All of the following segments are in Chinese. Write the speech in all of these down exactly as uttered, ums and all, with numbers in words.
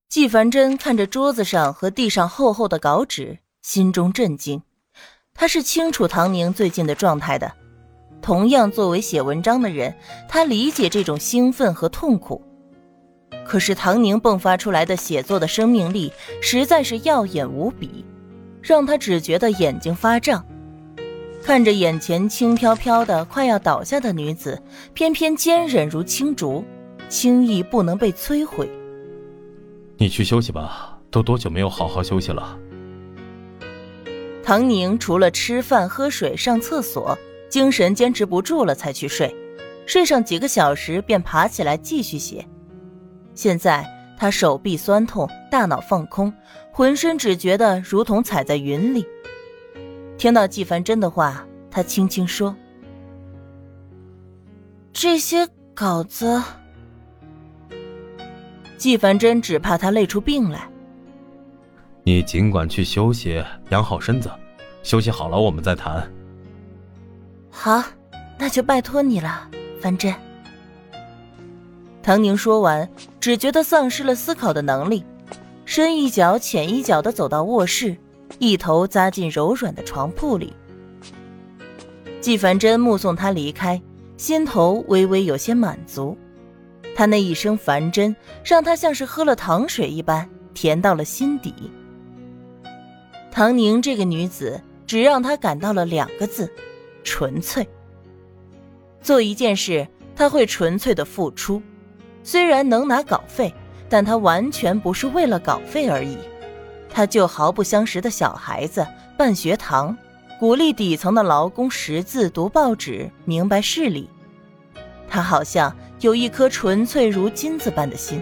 纪凡真看着桌子上和地上厚厚的稿纸，心中震惊。他是清楚唐宁最近的状态的，同样作为写文章的人，他理解这种兴奋和痛苦。可是唐宁迸发出来的写作的生命力实在是耀眼无比，让他只觉得眼睛发胀。看着眼前轻飘飘的快要倒下的女子，偏偏坚韧如青竹，轻易不能被摧毁。 你去休息吧，都多久没有好好休息了？ 唐宁除了吃饭喝水上厕所，精神坚持不住了才去睡，睡上几个小时便爬起来继续写。现在他手臂酸痛，大脑放空，浑身只觉得如同踩在云里。听到纪凡真的话，他轻轻说：这些稿子。纪凡真只怕他累出病来。 你尽管去休息，养好身子，休息好了我们再谈。 好，那就拜托你了，凡真。唐宁说完，只觉得丧失了思考的能力，深一脚浅一脚地走到卧室，一头扎进柔软的床铺里。纪凡真目送他离开，心头微微有些满足。他那一声凡真，让他像是喝了糖水一般，甜到了心底。唐宁这个女子，只让他感到了两个字：纯粹。做一件事，他会纯粹的付出，虽然能拿稿费，但他完全不是为了稿费而已。他就毫不相识的小孩子办学堂，鼓励底层的劳工识字读报纸，明白事理。他好像有一颗纯粹如金子般的心。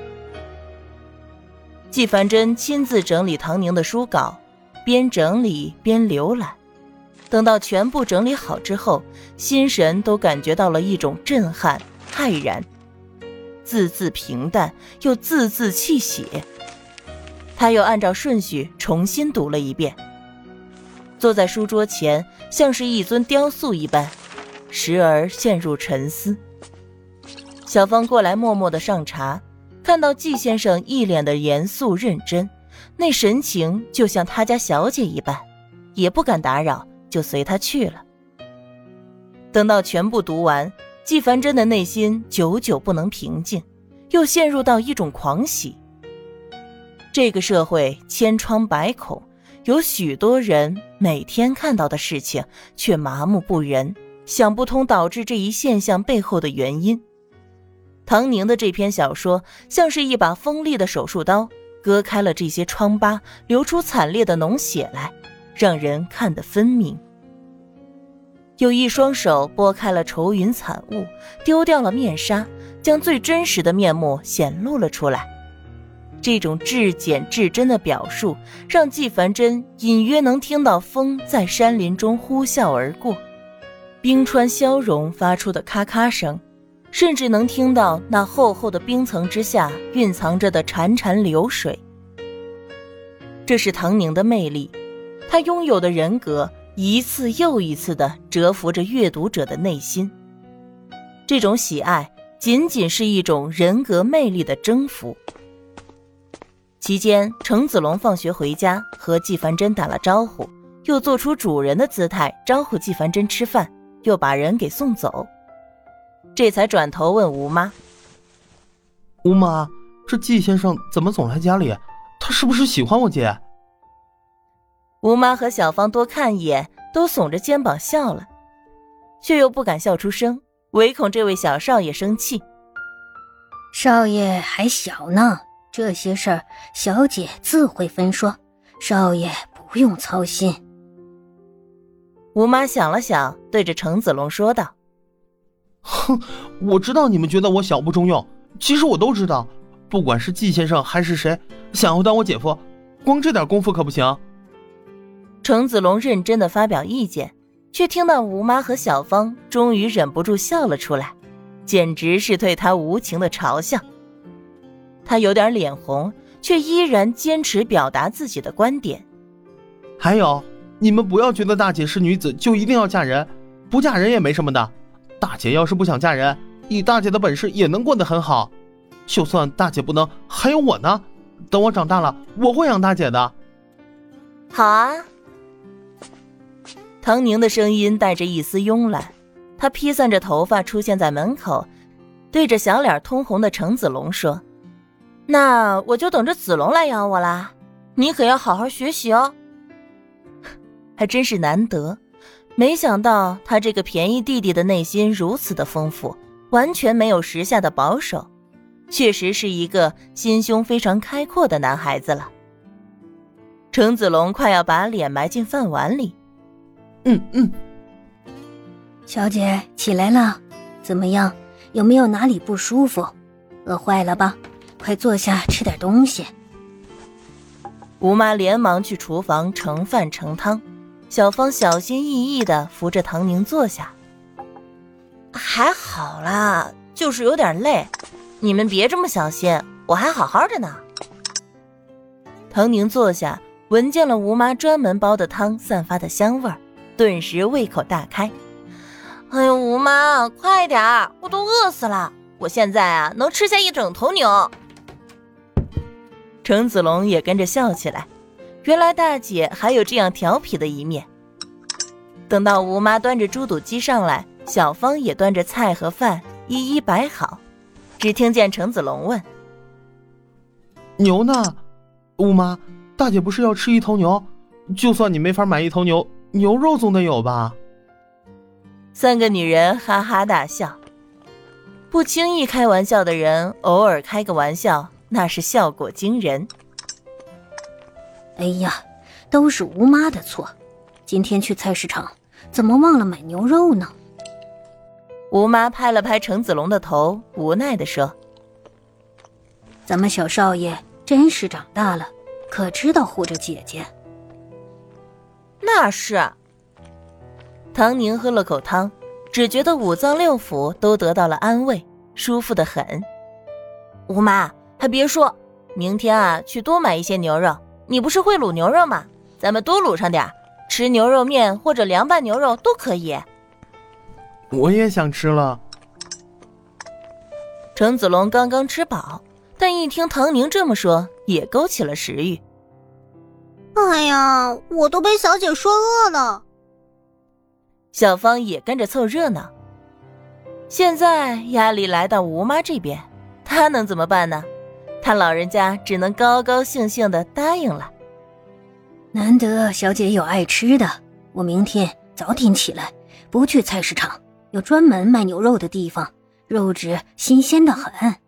纪凡真亲自整理唐宁的书稿，边整理边浏览。等到全部整理好之后，心神都感觉到了一种震撼骇然，字字平淡又字字泣血。他又按照顺序重新读了一遍，坐在书桌前像是一尊雕塑一般，时而陷入沉思。小芳过来默默地上茶，看到季先生一脸的严肃认真，那神情就像他家小姐一般，也不敢打扰，就随他去了。等到全部读完，纪凡真的内心久久不能平静，又陷入到一种狂喜。这个社会千疮百孔，有许多人每天看到的事情却麻木不仁，想不通导致这一现象背后的原因。唐宁的这篇小说像是一把锋利的手术刀，割开了这些疮疤，流出惨烈的脓血来，让人看得分明。有一双手拨开了愁云惨雾，丢掉了面纱，将最真实的面目显露了出来。这种至简至真的表述，让纪凡真隐约能听到风在山林中呼啸而过，冰川消融发出的咔咔声，甚至能听到那厚厚的冰层之下蕴藏着的潺潺流水。这是唐宁的魅力，他拥有的人格一次又一次地折服着阅读者的内心。这种喜爱仅仅是一种人格魅力的征服。期间，程子龙放学回家，和纪凡真打了招呼，又做出主人的姿态招呼纪凡真吃饭，又把人给送走。这才转头问吴妈： 吴妈，这季先生怎么总来家里？他是不是喜欢我姐？ 吴妈和小芳多看一眼，都耸着肩膀笑了，却又不敢笑出声，唯恐这位小少爷生气。 少爷还小呢，这些事儿小姐自会分说，少爷不用操心。 吴妈想了想，对着程子龙说道： 哼，我知道你们觉得我小不中用，其实我都知道，不管是季先生还是谁，想要当我姐夫，光这点功夫可不行。 程子龙认真地发表意见，却听到吴妈和小芳终于忍不住笑了出来，简直是对他无情的嘲笑。他有点脸红，却依然坚持表达自己的观点。 还有，你们不要觉得大姐是女子就一定要嫁人，不嫁人也没什么的。大姐要是不想嫁人，以大姐的本事也能过得很好。就算大姐不能，还有我呢， 等我长大了，我会养大姐的。 好啊。唐宁的声音带着一丝慵懒，她披散着头发出现在门口，对着小脸通红的程子龙说：那我就等着子龙来养我啦，你可要好好学习哦。还真是难得，没想到他这个便宜弟弟的内心如此的丰富，完全没有时下的保守，确实是一个心胸非常开阔的男孩子了。程子龙快要把脸埋进饭碗里。 嗯嗯。 小姐起来了，怎么样？有没有哪里不舒服？饿坏了吧？快坐下吃点东西。 吴妈连忙去厨房盛饭盛汤，小芳小心翼翼地扶着唐宁坐下。还好啦，就是有点累，你们别这么小心，我还好好的呢。唐宁坐下，闻见了吴妈专门煲的汤散发的香味儿，顿时胃口大开。哎呦，吴妈，快点儿，我都饿死了，我现在啊能吃下一整头牛。程子龙也跟着笑起来，原来大姐还有这样调皮的一面。等到吴妈端着猪肚鸡上来，小芳也端着菜和饭一一摆好，只听见程子龙问： 牛呢？吴妈，大姐不是要吃一头牛？就算你没法买一头牛，牛肉总得有吧？ 三个女人哈哈大笑。不轻易开玩笑的人，偶尔开个玩笑，那是效果惊人。 哎呀，都是吴妈的错，今天去菜市场怎么忘了买牛肉呢？ 吴妈拍了拍程子龙的头，无奈地说： 咱们小少爷真是长大了，可知道护着姐姐。 那是。唐宁喝了口汤，只觉得五脏六腑都得到了安慰，舒服得很。吴妈，还别说，明天啊去多买一些牛肉，你不是会卤牛肉吗？咱们多卤上点，吃牛肉面或者凉拌牛肉都可以。 我也想吃了。 程子龙刚刚吃饱，但一听唐宁这么说，也勾起了食欲。 哎呀，我都被小姐说饿了。 小芳也跟着凑热闹。现在压力来到吴妈这边，她能怎么办呢？她老人家只能高高兴兴地答应了。 难得小姐有爱吃的，我明天早点起来，不去菜市场，有专门卖牛肉的地方，肉质新鲜得很。